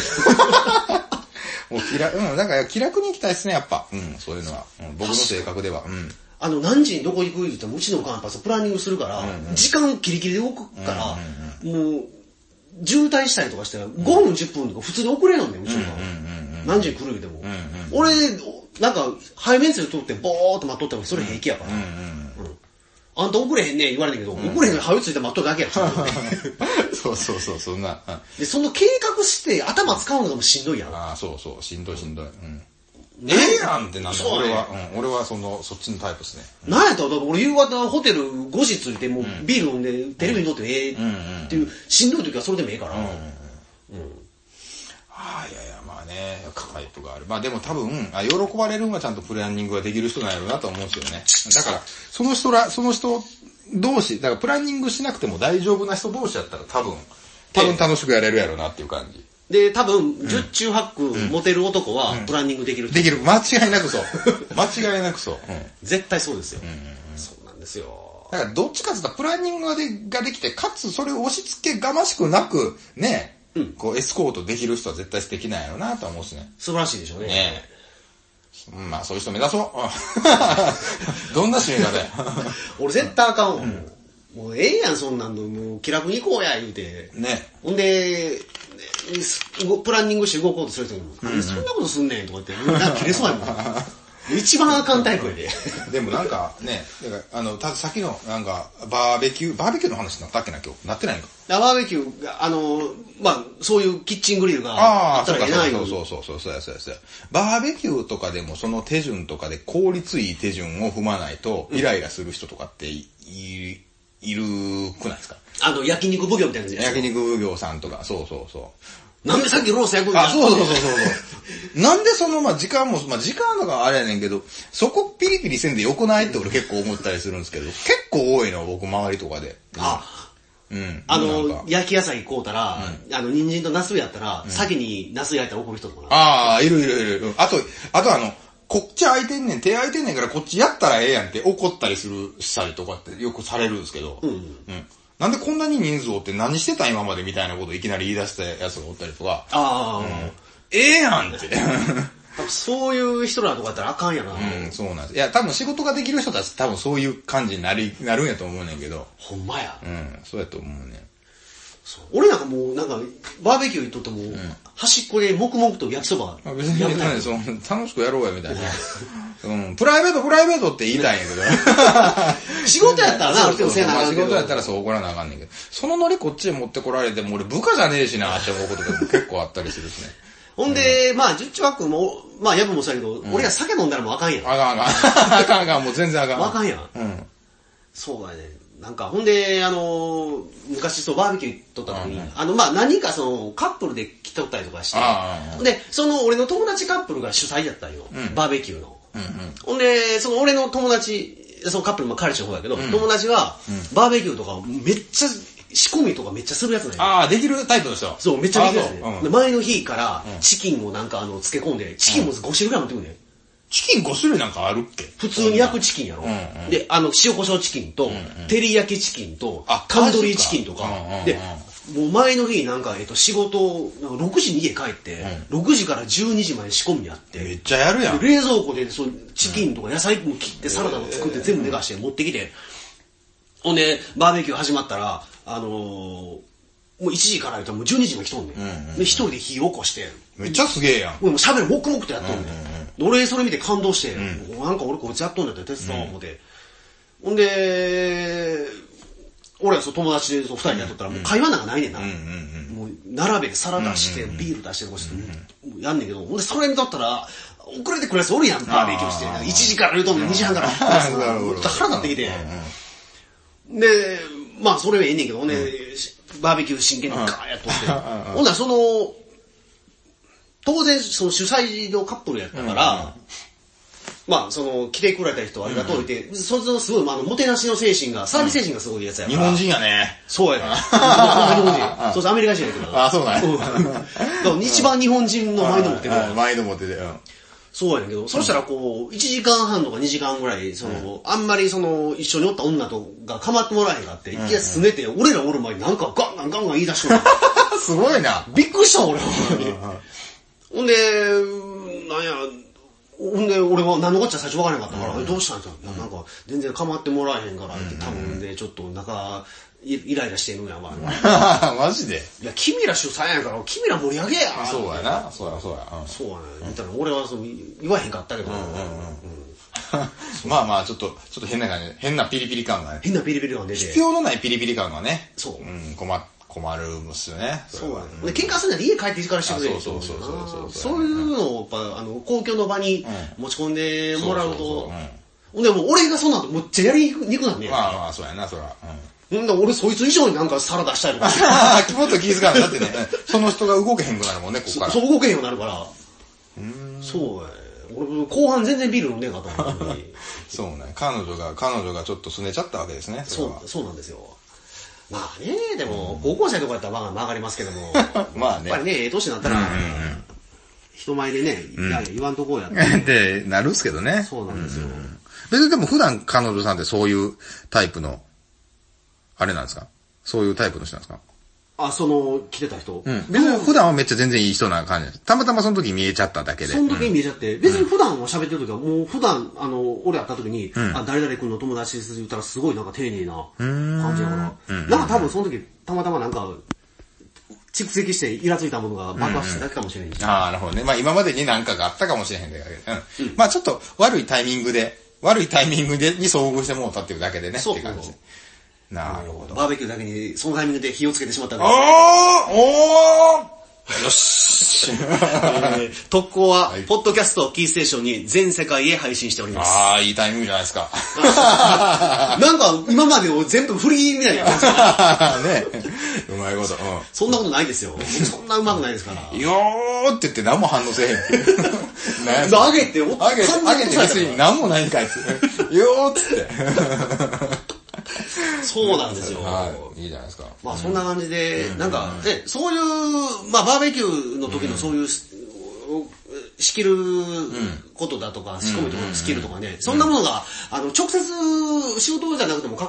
Speaker 2: うなんか気楽に行きたいですね、やっぱ。そういうのは。僕の性格では。
Speaker 1: 何時にどこ行くって言ったら、うちのおかんやっぱプランニングするから、時間キリキリで動くから、もう、渋滞したりとかしたら5分10分とか普通に遅れるんだよ、うちのか。何時に来るでも。俺、なんか、背面線通ってボーっと待っとってもそれ平気やから。あんた遅れへんね言われるんだけど、遅れへんのに早ついて待っとるだけやから。
Speaker 2: そう、そんな。
Speaker 1: で、その計画して頭使うのがもしんどいやん。
Speaker 2: そう、しんどい。ええやんってなんだ、俺はそっちのタイプですね。
Speaker 1: なんやったら、俺夕方ホテル5時着いて、もうビール飲んでテレビに撮ってっていう、しんどい時はそれでもええから。いや、
Speaker 2: まあね、タイプがある。まあでも多分、喜ばれるのはちゃんとプランニングができる人なんやろうなと思うんですよね。だから、その人同士、だからプランニングしなくても大丈夫な人同士だったら多分楽しくやれるやろうなっていう感じ。
Speaker 1: で、多分、十中八九モテる男はプランニングできる。
Speaker 2: できる。間違いなくそう。
Speaker 1: 絶対そうですよ。そうなんですよ。
Speaker 2: だからどっちかって言ったらプランニングができて、かつそれを押し付けがましくなく、ね、こうエスコートできる人は絶対素敵なんやろうなと思うっすね。
Speaker 1: 素晴らしいでしょうね。
Speaker 2: まあそういう人目指そう。どんな趣味だね。
Speaker 1: 俺絶対あかんわ。もうええやん、そんなんの。もう気楽に行こうや、言うて。
Speaker 2: ね。
Speaker 1: ほんで、プランニングして動こうとする人にも、そんなことすんねんとか言って、なんか切れそうやもん。一番あかんタイプやで。
Speaker 2: でもなんかね、さっきのなんかバーベキューの話になったっけな今日。なってないのか。
Speaker 1: バーベキュー、まあ、そういうキッチングリルがあったらいないの。
Speaker 2: そうや。バーベキューとかでもその手順とかで効率いい手順を踏まないとイライラする人とかっているくないですか？
Speaker 1: 焼肉奉行みたいなやつ。
Speaker 2: 焼肉奉行さんとか、そう。
Speaker 1: なんでさっきロース焼くんだ？
Speaker 2: そう。なんで時間も、時間とかあれやねんけど、そこピリピリせんでよくないって俺結構思ったりするんですけど、結構多いの、僕周りとかで。
Speaker 1: 焼き野菜買うたら、人参とナスやったら、先にナス焼いたら怒る人とかな。
Speaker 2: いる。あとこっち空いてんねん、手空いてんねんからこっちやったらええやんって怒ったりしたりとかってよくされるんですけど、なんでこんなに人数おって何してたん今までみたいなこといきなり言い出したやつがおったりとか、ええやんって。
Speaker 1: 多分そういう人らとかやったらあかんやな。
Speaker 2: そうなんです。いや、多分仕事ができる人たち多分そういう感じになるんやと思うねんけど。
Speaker 1: ほんまや。
Speaker 2: そうやと思うね。
Speaker 1: 俺なんかもう、なんか、バーベキュー行っとっても、端っこで黙々と焼きそば。
Speaker 2: 別に楽しくやろうやみたいな。プライベートって言いたいんやけど。
Speaker 1: 仕事やったらな、
Speaker 2: 仕事やったらそう怒らなあかんねんけど。そのノリこっちへ持ってこられても俺部下じゃねえしなって思うことが結構あったりするしね。
Speaker 1: ほんで、まあ、十中八九も、まあ、ヤブもそうやけど、俺が酒飲んだらもうあかんやん。
Speaker 2: あかん、もう全然あかん。
Speaker 1: あかんやん。そうだね。なんか、ほんで、昔そう、バーベキュー行っとった時に、まあ、何人かカップルで来とったりとかして、で、俺の友達カップルが主催やったんよ。バーベキューの。ほんで、俺の友達、そのカップルも彼氏の方やけど、友達は、バーベキューとかめっちゃ、仕込みとかめっちゃするやつなん
Speaker 2: や。できるタイプの人。
Speaker 1: そう、めっちゃできるやつね。前の日から、チキンをなんか漬け込んで、チキンも5種類ぐらい持ってくるね。
Speaker 2: チキン5種類なんかあるっけ？
Speaker 1: 普通に焼くチキンやろ。で、塩コショウチキンと、照り焼きチキンと、タンドリーチキンとか。で、もう前の日なんか、仕事、6時に家帰って、6時から12時まで仕込みやって。
Speaker 2: めっちゃやるやん。
Speaker 1: 冷蔵庫でチキンとか野菜も切ってサラダも作って全部寝かして持ってきて、ほんで、バーベキュー始まったら、もう1時から言ったらもう12時まで来とんねん。で、一人で火起こして。
Speaker 2: めっちゃすげえやん。
Speaker 1: もう喋る、黙々とやっとんねん。俺それ見て感動して、なんか俺こいつやっとんねんって手伝おう思って。ほんで、俺は友達で2人でやっとったらもう会話なんかないねんな。もう並べて皿出してビール出してこうしてやんねんけど、ほんでそれ見とったら、遅れてくるやつおるやん、バーベキューして。1時から言うとんねん、2時半から腹立ってきて。で、まあそれはええねんけど、ほんで、バーベキュー真剣にガーやっとって。ほんなら当然主催のカップルやったから、まあ来てくれた人ありがとう言って、そいつのすごい、もてなしの精神が、サービス精神がすごいやつやから。
Speaker 2: 日本人やね。
Speaker 1: そうやね。日本人。そう、アメリカ人やけど。
Speaker 2: そうなん
Speaker 1: や。一番日本人のマインド持ってる。
Speaker 2: マインド持ってて。
Speaker 1: そうやねんけど、そしたら1時間半とか2時間ぐらい、あんまり一緒におった女とが構ってもらえへんかって、いきなりすねて、俺らおる前になんかガンガンガンガン言い出しとる。
Speaker 2: すごいな。
Speaker 1: びっくりした俺、ほんで、ほんで、俺は何のこっちゃ最初分からなかったから、どうしたんですか？なんか、全然構ってもらえへんからって、多分ね、ちょっとイライラしてんのやわ。
Speaker 2: マジで？
Speaker 1: いや、君ら主催やから、君ら盛り上げや。
Speaker 2: そうやな。そうや。
Speaker 1: そうやね。みたいな、俺は言わへんかったけど。
Speaker 2: まあまあ、ちょっと変な感じ、変なピリピリ感がね。
Speaker 1: 変なピリピリ感出て。
Speaker 2: 必要のないピリピリ感がね。
Speaker 1: そう。
Speaker 2: 困るんですよね。
Speaker 1: そうやね。喧嘩するなら家帰ってからしてくれ。そういうのを公共の場に持ち込んでもらうと。でも俺がそんなんとむっちゃやりにくなんね。
Speaker 2: まあ、そうやな、そら。
Speaker 1: 俺そいつ以上になんかサラダしたりとか。
Speaker 2: もっと気づかない。だってね、その人が動けへんくなるもんね、ここから。
Speaker 1: そう、動けへんようになるから。そうや。俺、後半全然ビール飲んねえかと思ったのに。
Speaker 2: そうね。彼女がちょっと拗ねちゃったわけですね。
Speaker 1: そうなんですよ。まあね、でも、高校生とかやったら曲がりますけども。
Speaker 2: まあね。
Speaker 1: やっぱりね、年になったら、人前でね、言わんとこうやって。
Speaker 2: で、なるっすけどね。
Speaker 1: そうなんですよ。
Speaker 2: 別にでも普段彼女さんってそういうタイプの、あれなんですか？そういうタイプの人なんですか？
Speaker 1: 来てた人。
Speaker 2: 別に普段はめっちゃ全然いい人な感じです。たまたまその時見えちゃっただけで。
Speaker 1: その時に見えちゃって、別に普段は喋ってる時は、もう普段、俺会った時に、誰々君の友達です言ったらすごいなんか丁寧な感じだから、なんか多分その時、たまたまなんか、蓄積してイラついたものが爆発しただけかもしれないし。
Speaker 2: なるほどね。まあ今までになんかがあったかもしれへんだけど、まあちょっと悪いタイミングでに遭遇してもうたっていうだけでね。そうって感じで。なるほど。
Speaker 1: バーベキューだけにそのタイミングで火をつけてしまったん
Speaker 2: です。よし
Speaker 1: 特攻は、ポッドキャストキーステーションに全世界へ配信しております。
Speaker 2: いいタイミングじゃないですか。
Speaker 1: なんか、今までを全部フリーみたいな感じ
Speaker 2: ね。うまいこと。
Speaker 1: そんなことないですよ。そんなうまくないですから。
Speaker 2: よーって言って何も反応せえへん。
Speaker 1: あげて、
Speaker 2: 別に何もないんかいつ。よーっつって。
Speaker 1: そうなんですよ。
Speaker 2: いいじゃないですか。
Speaker 1: まあそんな感じで、なんか、そういう、まあバーベキューの時のそういう、仕切ることだとか、仕込みとかのスキルとかね、そんなものが、直接仕事じゃなくても関わっ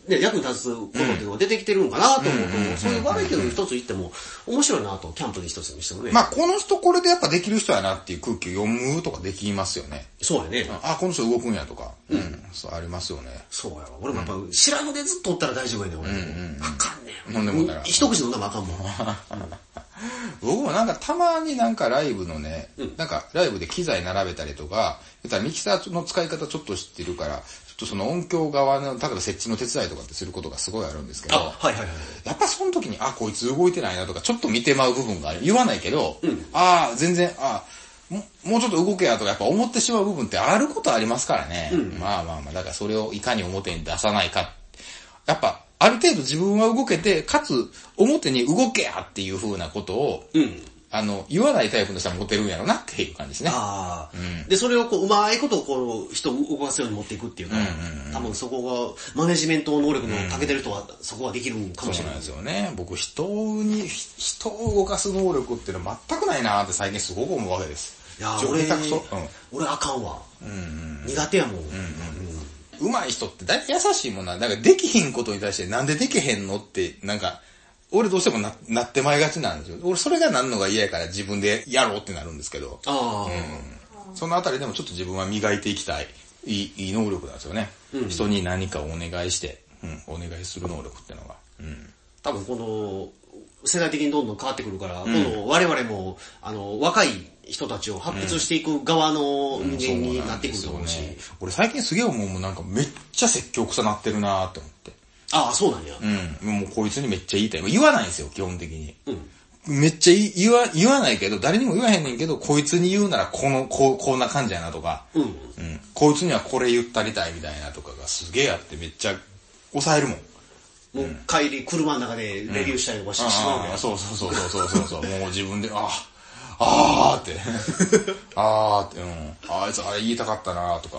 Speaker 1: ね、役に立つことっていうのが出てきてるんかなと思うと、そういうバーベキュー一つ行っても面白いなと、キャンプで一つにしてもね。
Speaker 2: まあこの人これでやっぱできる人やなっていう空気を読むとかできますよね。
Speaker 1: そうやね。
Speaker 2: あ、この人動くんやとか。そうありますよね。
Speaker 1: そうやわ。俺もやっぱ白髪でずっとおったら大丈夫やね、俺。あかんね
Speaker 2: ん。飲んでもたら。
Speaker 1: 一口飲んだらあかんもん。
Speaker 2: 僕もなんかたまになんかライブのね、なんかライブで機材並べたりとか、言ったらミキサーの使い方ちょっと知ってるから、ちょっとその音響側の、例えば設置の手伝いとかってすることがすごいあるんですけど、やっぱその時に、あ、こいつ動いてないなとか、ちょっと見てまう部分がある。言わないけど、全然、もうちょっと動けやとかやっぱ思ってしまう部分ってあることありますからね。まあ、だからそれをいかに表に出さないか。やっぱ、ある程度自分は動けて、かつ表に動けやっていう風なことを、言わないタイプの人は持てるんやろなっていう感じですね。
Speaker 1: で、それをうまいことを人を動かすように持っていくっていうか、多分そこが、マネジメント能力の長けてる人は、そこはできるかもしれない。
Speaker 2: そうなんですよね。僕、人を動かす能力っていうのは全くないなって最近すごく思うわけです。
Speaker 1: いや、俺あかんわ。苦手やもん。
Speaker 2: 上手い人って大体優しいもんな。だからできひんことに対してなんでできへんのって、なんか、俺どうしてもなってまいがちなんですよ。俺それがなんのが嫌やから自分でやろうってなるんですけど。そのあたりでもちょっと自分は磨いていきたい、いい能力なんですよね。人に何かをお願いして、お願いする能力っていうのが。
Speaker 1: 多分この、世代的にどんどん変わってくるから、我々も、若い人たちを発掘していく側の人間になってくると思うし。
Speaker 2: 俺最近すげえ思うもんなんかめっちゃ説教臭なってるなーって思って。
Speaker 1: ああ、そうなんや。
Speaker 2: もうこいつにめっちゃ言いたい。言わないんですよ、基本的に。めっちゃ言わないけど、誰にも言わへんねんけど、こいつに言うならこんな感じやなとか、こいつにはこれ言ったりたいみたいなとかがすげえあってめっちゃ抑えるもん。
Speaker 1: もう帰り車の中でレビューしたりとかしてしまうね。
Speaker 2: そう。もう自分で、あーって。あいつあれ言いたかったなとか。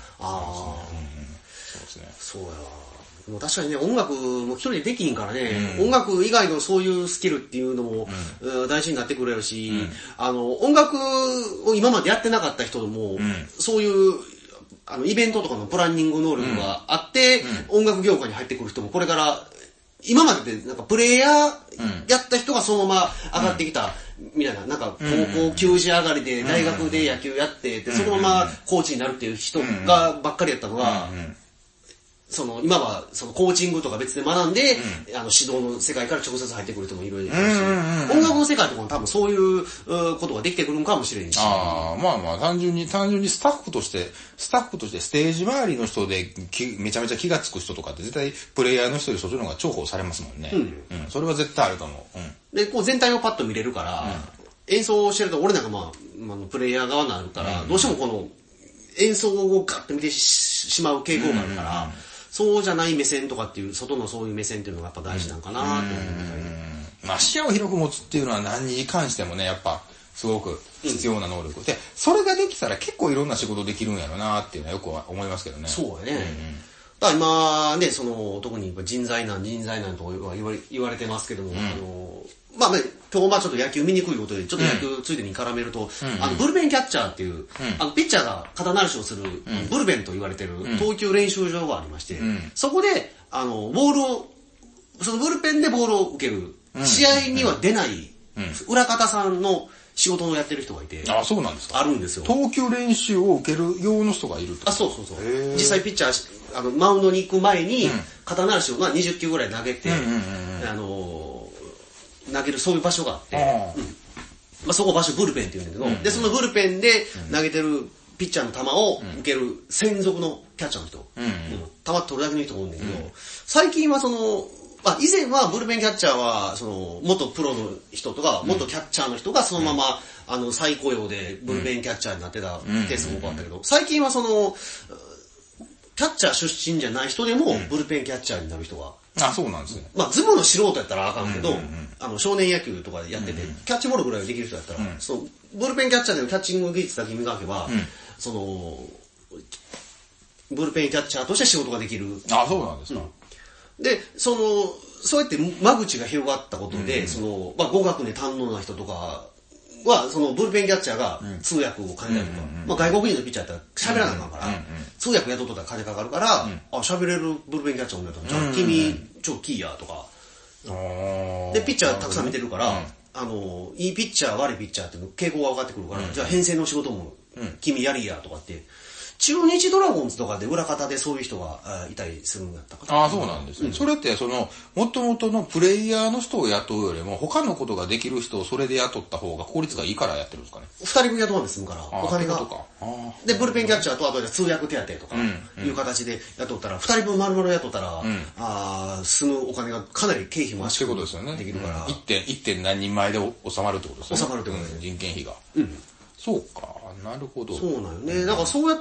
Speaker 2: そうですね。
Speaker 1: そうやわ。もう確かにね、音楽も一人でできひんからね、音楽以外のそういうスキルっていうのも、大事になってくれるし、音楽を今までやってなかった人も、そういうイベントとかのプランニング能力があって、音楽業界に入ってくる人もこれから、今まででなんかプレイヤーやった人がそのまま上がってきたみたいな、なんか高校球児上がりで大学で野球やってそのままコーチになるっていう人がばっかりやったのが、今はコーチングとか別で学んで、指導の世界から直接入ってくる人もいるし、音楽の世界とかも多分そういうことができてくるのかもしれんし。
Speaker 2: 単純にスタッフとしてステージ周りの人でめちゃめちゃ気がつく人とかって絶対プレイヤーの人よりそっちの方が重宝されますもんね。それは絶対あると思う。
Speaker 1: で、全体をパッと見れるから、演奏をしてると俺なんかプレイヤー側になるから、どうしてもこの演奏をガッと見てしまう傾向があるから、そうじゃない目線とかっていう、外のそういう目線っていうのがやっぱ大事なんかなって思ったり。
Speaker 2: 視野を広く持つっていうのは何に関してもね、やっぱすごく必要な能力で、それができたら結構いろんな仕事できるんやろなっていうのはよく思いますけどね。
Speaker 1: そうやね。だから今ね、特に人材難と言われてますけども、今日はちょっと野球見にくいことで、ちょっと野球ついでに絡めると、ブルペンキャッチャーっていう、ピッチャーが肩慣らしをする、ブルペンと言われてる投球練習場がありまして、そこで、ボールを、そのブルペンでボールを受ける、試合には出ない、裏方さんの仕事をやってる人がいて、
Speaker 2: そうなんですか。
Speaker 1: あるんですよ。
Speaker 2: 投球練習を受ける用の人がいると。
Speaker 1: そう。実際ピッチャー、マウンドに行く前に、肩慣らしを20球ぐらい投げて、投げるそういう場所があって、そこ場所ブルペンって言うんだけど、で、そのブルペンで投げてるピッチャーの球を受ける専属のキャッチャーの人、球取るだけの人がおるんだけど、最近は以前はブルペンキャッチャーは、元プロの人とか、元キャッチャーの人がそのまま、再雇用でブルペンキャッチャーになってたケースも多かったけど、最近はキャッチャー出身じゃない人でも、ブルペンキャッチャーになる人が、
Speaker 2: そうなんですね。
Speaker 1: ズブの素人やったらあかんけど、少年野球とかでやってて、キャッチボールぐらいできる人やったら、ブルペンキャッチャーでのキャッチング技術だけ磨けば、ブルペンキャッチャーとして仕事ができる。
Speaker 2: そうなんですか。
Speaker 1: で、そうやって間口が広がったことで、語学で堪能な人とかは、そのブルペンキャッチャーが通訳を兼ねたりとか、まあ外国人のピッチャーやったら喋らなあかんから、通訳雇っとったら金かかるから、あ、喋れるブルペンキャッチャーおんねやったら、じゃあ君、ちょっとキーやとか。で、ピッチャーたくさん見てるから、いいピッチャー、悪いピッチャーっていう傾向が分かってくるから、じゃあ編成の仕事も君やりやとかって、中日ドラゴンズとかで裏方でそういう人がいたりするんだったかな。
Speaker 2: ああ、そうなんですね。それって、元々のプレイヤーの人を雇うよりも、他のことができる人をそれで雇った方が効率がいいからやってるんですかね。
Speaker 1: 二人分雇わんで済むから、お金が。で、ブルペンキャッチャーと、あとで通訳手当とか、いう形で雇ったら、二人分丸々雇ったら、済むお金がかなり経費も圧縮できるから。
Speaker 2: 1. 何人前で収まるってことですね。
Speaker 1: 収まるってことですね。
Speaker 2: 人件費が。そうか、なるほど。
Speaker 1: そうなんよね。だからそうやって、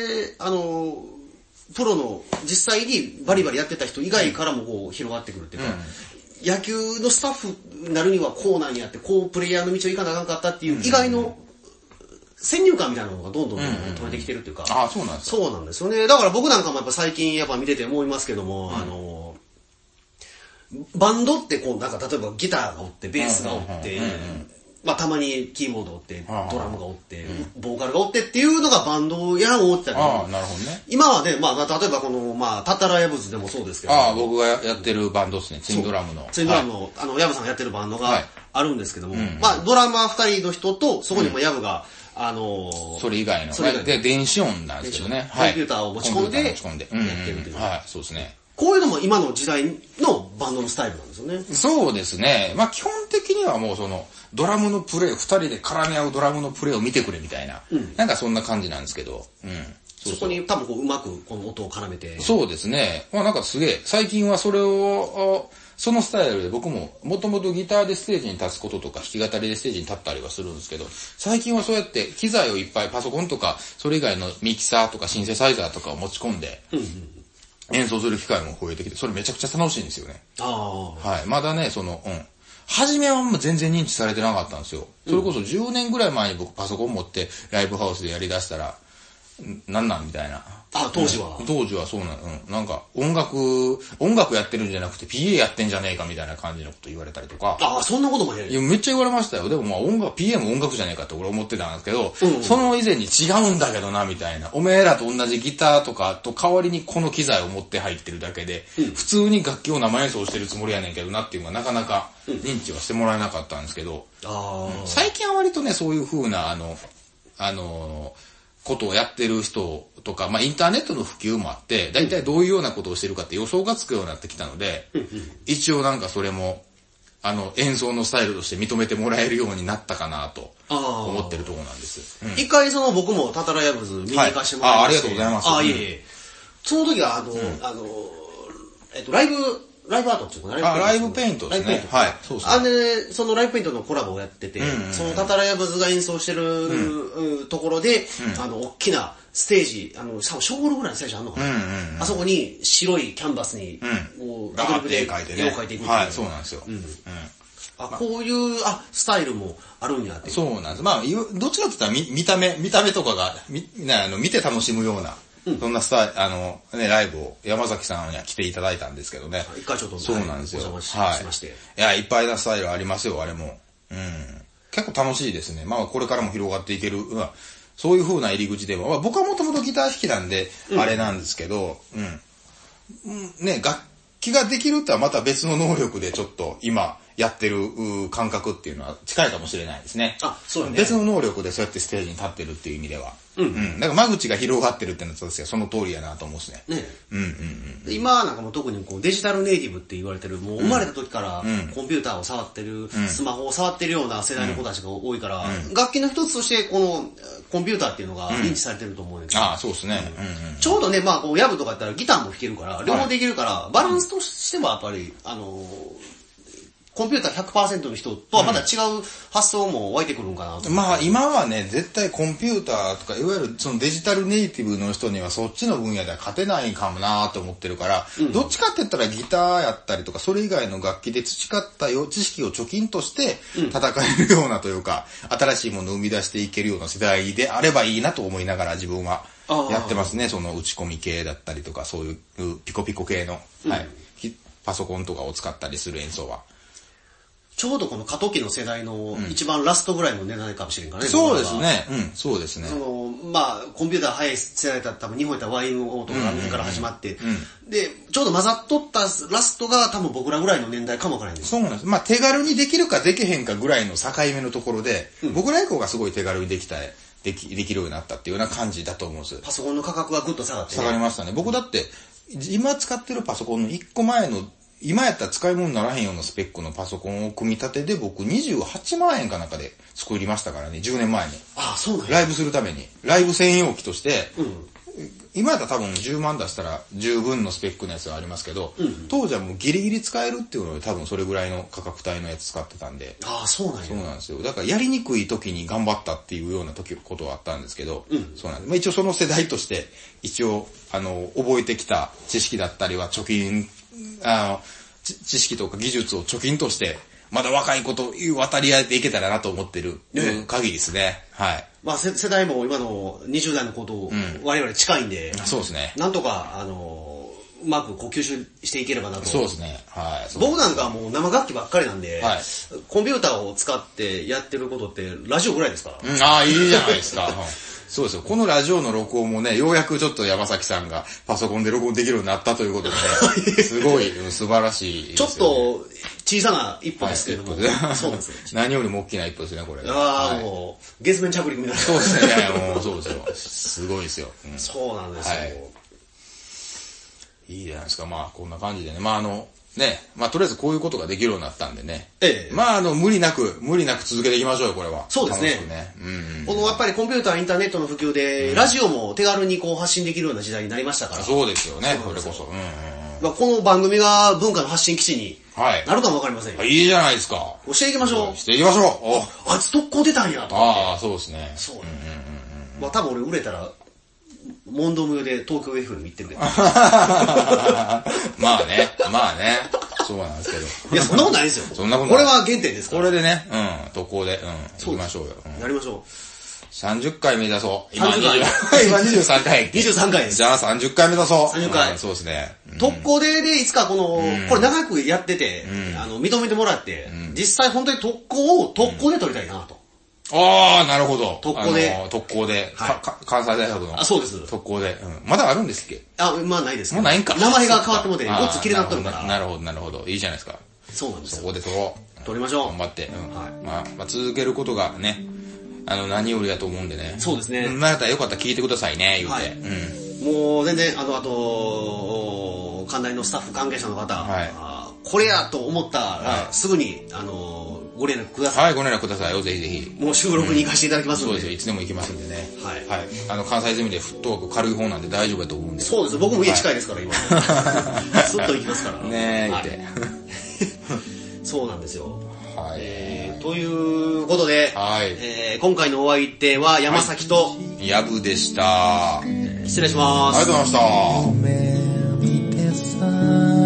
Speaker 1: プロの実際にバリバリやってた人以外からもこう広がってくるっていうか、野球のスタッフになるにはこうなんやって、こうプレイヤーの道を行かなあかんかったっていう意外の先入観みたいなのがどんどん取れてきてるっていうか。
Speaker 2: あ、そうなんですか。
Speaker 1: そうなんですよね。だから僕なんかもやっぱ最近やっぱ見てて思いますけども、バンドってこうなんか例えばギターがおって、ベースがおって、まあたまにキーボードおって、ドラムがおって、ボーカルがおってっていうのがバンドやろうって言ったら、
Speaker 2: なるほどね。
Speaker 1: 今はね、まあ例えばこの、まあタタラヤブズでもそうですけど。
Speaker 2: 僕がやってるバンドですね、ツインドラムの。
Speaker 1: ツインドラムの、ヤブさんがやってるバンドがあるんですけども、まあドラマー2人の人と、そこにもヤブが、
Speaker 2: それ以外の、で、電子音なんですけどね。
Speaker 1: コンピューターを持ち込んで、やってる
Speaker 2: という。はい、そうですね。
Speaker 1: こういうのも今の時代のバンドのスタイルなんですよね。
Speaker 2: そうですね。まあ基本的にはもうドラムのプレイ、二人で絡み合うドラムのプレイを見てくれみたいな。なんかそんな感じなんですけど。
Speaker 1: そこに多分こううまくこの音を絡めて。
Speaker 2: そうですね。まあなんかすげえ、最近はそれを、そのスタイルで僕ももともとギターでステージに立つこととか弾き語りでステージに立ったりはするんですけど、最近はそうやって機材をいっぱいパソコンとか、それ以外のミキサーとかシンセサイザーとかを持ち込んで、演奏する機会も増えてきて、それめちゃくちゃ楽しいんですよね。はい。まだね、初めはもう全然認知されてなかったんですよ。それこそ10年ぐらい前に僕パソコン持ってライブハウスでやり出したら、なんなんみたいな。
Speaker 1: 当時は
Speaker 2: 当時はそうなの。なんか音楽やってるんじゃなくて PA やってんじゃねえかみたいな感じのこと言われたりとか。
Speaker 1: そんなことも
Speaker 2: いや、めっちゃ言われましたよ。でもまあPA も音楽じゃねえかって俺思ってたんですけど、その以前に違うんだけどな、みたいな。おめえらと同じギターとかと代わりにこの機材を持って入ってるだけで、普通に楽器を生演奏してるつもりやねんけどなっていうのがなかなか認知はしてもらえなかったんですけど、最近は割とね、そういう風なことをやってる人とか、まあインターネットの普及もあって、だいたいどういうようなことをしてるかって予想がつくようになってきたので、一応なんかそれも、演奏のスタイルとして認めてもらえるようになったかなと思ってるところなんです。
Speaker 1: 一回僕もタタラヤブズ見に行かせてもらいまして。
Speaker 2: ありがとうございます。
Speaker 1: いえいえ。その時はライブアートっていうかな、
Speaker 2: ライブペイントですね。はい。
Speaker 1: そうそう。そのライブペイントのコラボをやってて、そのタタラヤブズが演奏してるところで、大きなステージ、小5ぐらいのステージあるのかな。あそこに白いキャンバスに、
Speaker 2: アドリブで絵描いてね。
Speaker 1: 絵を描いていく。
Speaker 2: はい、そうなんですよ。
Speaker 1: こういうスタイルもあるんやって。
Speaker 2: そうなんです。まあ、どっちかって言ったら見た目とかが、見て楽しむような、そんなライブを山崎さんには来ていただいたんですけどね。
Speaker 1: 一回ちょっと
Speaker 2: そうなんですよ。
Speaker 1: お邪魔しまして。
Speaker 2: いや、いっぱいなスタイルありますよ、あれも。結構楽しいですね。まあ、これからも広がっていける。そういう風な入り口でも、僕はもともとギター弾きなんで、あれなんですけど、ね、楽器ができるってはまた別の能力でちょっと今やってる感覚っていうのは近いかもしれないですね。
Speaker 1: そうだね。
Speaker 2: 別の能力でそうやってステージに立ってるっていう意味では。だから間口が広がってるってのはその通りやなと思うんですね。
Speaker 1: 今なんかも特にデジタルネイティブって言われてる、もう生まれた時からコンピューターを触ってる、スマホを触ってるような世代の子たちが多いから、楽器の一つとしてこのコンピューターっていうのが認知されてると思うんですけど。
Speaker 2: そうですね。
Speaker 1: ちょうどね、まあヤブとかやったらギターも弾けるから、両方できるから、バランスとしてはやっぱり、コンピューター 100% の人とはまた違う発想も湧いてくるんかなと。
Speaker 2: まあ今はね、絶対コンピューターとか、いわゆるそのデジタルネイティブの人にはそっちの分野では勝てないかもなと思ってるから、どっちかって言ったらギターやったりとか、それ以外の楽器で培った知識を貯金として戦えるようなというか、新しいものを生み出していけるような世代であればいいなと思いながら自分はやってますね。その打ち込み系だったりとか、そういうピコピコ系の、パソコンとかを使ったりする演奏は。
Speaker 1: ちょうどこの過渡期の世代の一番ラストぐらいの年代かもしれんかね。
Speaker 2: そうですね。そうですね。
Speaker 1: まあ、コンピューター早い世代だったら多分日本やったら YMO とかあの辺から始まって、で、ちょうど混ざっとったラストが多分僕らぐらいの年代かもわからないんです。
Speaker 2: そうなんです。まあ、手軽にできるかできへんかぐらいの境目のところで、僕ら以降がすごい手軽にできるようになったっていうような感じだと思うんです。
Speaker 1: パソコンの価格がぐっと下がって、
Speaker 2: 下がりましたね。僕だって、今使ってるパソコンの1個前の、今やったら使い物にならへんようなスペックのパソコンを組み立てで僕28万円かなんかで作りましたからね、10年前に。
Speaker 1: ああ、そうなんや。
Speaker 2: ライブするために。ライブ専用機として、今やったら多分10万出したら十分のスペックのやつがありますけど、当時はもうギリギリ使えるっていうので多分それぐらいの価格帯のやつ使ってたんで。
Speaker 1: ああ、そうなんや。
Speaker 2: そうなんですよ。だからやりにくい時に頑張ったっていうようなことはあったんですけど、そうなんです。まあ、一応その世代として、一応、覚えてきた知識だったりは貯金、知識とか技術を貯金として、まだ若い子という渡り合いでいけたらなと思ってる限りですね。はい。
Speaker 1: まあ世代も今の20代の子と我々近いんで、
Speaker 2: そうですね。
Speaker 1: なんとか、うまく吸収していければなと。
Speaker 2: そうですね。はい。
Speaker 1: 僕なんかはもう生楽器ばっかりなんで、コンピューターを使ってやってることってラジオぐらいですから。
Speaker 2: ああ、いいじゃないですか。そうですよ。このラジオの録音もね、ようやくちょっと山崎さんがパソコンで録音できるようになったということでね、すごい素晴らしい、ね。
Speaker 1: ちょっと小さな一歩ですけども。そうです。
Speaker 2: 何よりも大きな一歩ですね、これ。
Speaker 1: ああ、もう、月面着陸みたいな。
Speaker 2: そうですね。いやもうそうですよ。すごいですよ。
Speaker 1: そうなんですよ。
Speaker 2: いいじゃないですか。まあ、こんな感じでね。まあね、まあとりあえずこういうことができるようになったんでね。まあ無理なく続けていきましょうよ、これは。
Speaker 1: そうですね。このやっぱりコンピューター、インターネットの普及で、ラジオも手軽にこう発信できるような時代になりましたから。
Speaker 2: そうですよね、それこそ。
Speaker 1: まあこの番組が文化の発信基地になるかもわかりませんよ。
Speaker 2: いいじゃないですか。
Speaker 1: していきましょう。
Speaker 2: していきましょ
Speaker 1: う。あいつ特攻出たんやと。
Speaker 2: ああ、そうですね。
Speaker 1: そう。まあ多分俺売れたら、問答無用で東京 FM 行ってるけど。
Speaker 2: まあね。そうなんですけど。
Speaker 1: いや、そんなことないですよ。
Speaker 2: そんなことない。
Speaker 1: これは原点ですから。
Speaker 2: これでね、特攻で、行きましょうよ。
Speaker 1: やりましょう。
Speaker 2: 30回目指そう。
Speaker 1: 今
Speaker 2: 23回。
Speaker 1: 23回です。
Speaker 2: じゃあ30回目指そう。
Speaker 1: 30回。
Speaker 2: そうですね。
Speaker 1: 特攻でいつかこれ長くやってて、認めてもらって、実際本当に特攻を特攻で取りたいなと。
Speaker 2: ああ、なるほど。
Speaker 1: 特攻で。
Speaker 2: 関西大学の。
Speaker 1: あ、そうです。
Speaker 2: 特攻で。まだあるんですっけ？
Speaker 1: まあないです。
Speaker 2: もうないんか。
Speaker 1: 名前が変わってもて、ごっつきれいになっとるから。
Speaker 2: なるほど。いいじゃないですか。
Speaker 1: そうなんですよ。
Speaker 2: そこで取ろう。
Speaker 1: 取りましょう。
Speaker 2: 頑張って。まあ続けることがね、何よりだと思うんでね。
Speaker 1: そうですね。
Speaker 2: またよかったら聞いてくださいね、言う
Speaker 1: て。もう全然、あと、関大のスタッフ関係者の方、これやと思ったら、すぐに、ご連絡ください。
Speaker 2: はい、ご連絡くださいよ、ぜひぜひ。
Speaker 1: もう収録に行かせていただきますので。
Speaker 2: そうですよ、いつでも行きますんでね。はい。関西済みでフットワーク軽い方なんで大丈夫だと思うんで。
Speaker 1: そうです、僕も家近いですから、今。スッと行きますから。
Speaker 2: ねえ、言って。
Speaker 1: そうなんですよ。
Speaker 2: はい。
Speaker 1: ということで、今回のお相手は山崎と、
Speaker 2: ヤブでした。
Speaker 1: 失礼します。
Speaker 2: ありがとうございました。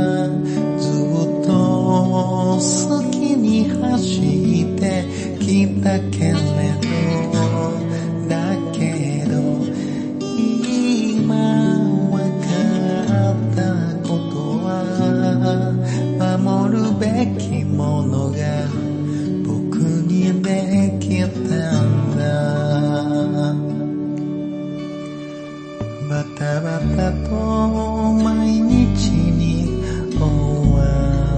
Speaker 3: 好きに走ってきたけれどだけど今わかったことは守るべきものが僕にできたんだバタバタと毎日に追わ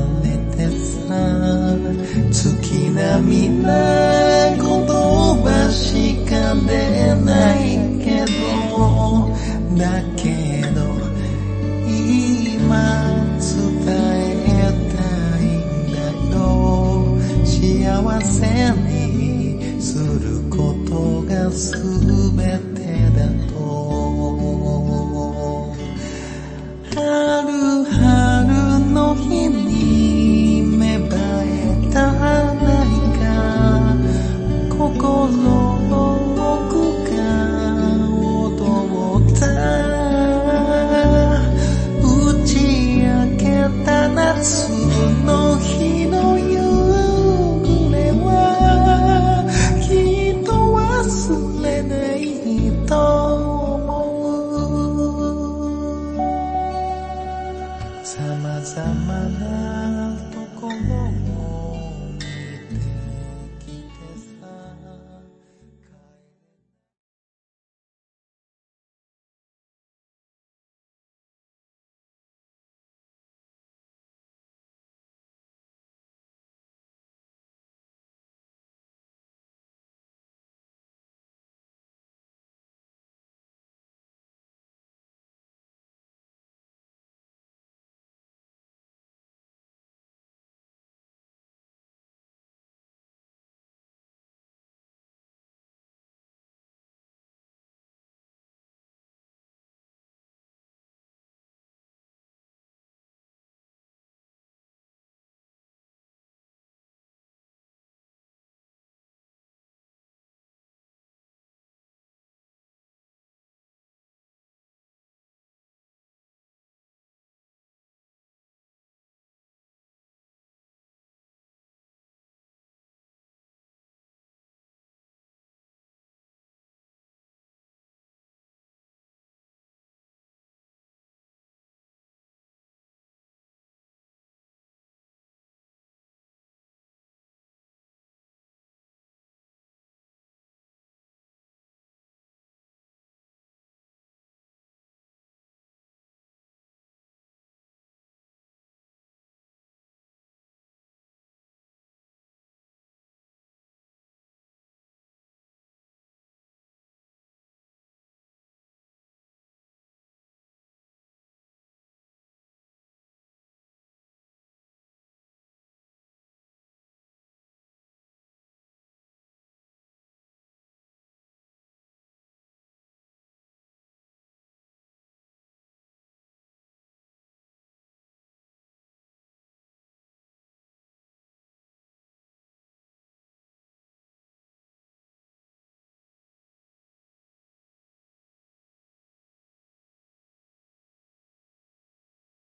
Speaker 3: 月並みな言葉しか出ないけどだけど今伝えたいんだよ幸せにすることが全てだと春の日に芽生えた何か心の奥が踊った打ち明けた夏の日の夕暮れはきっと忘れないと思う様々な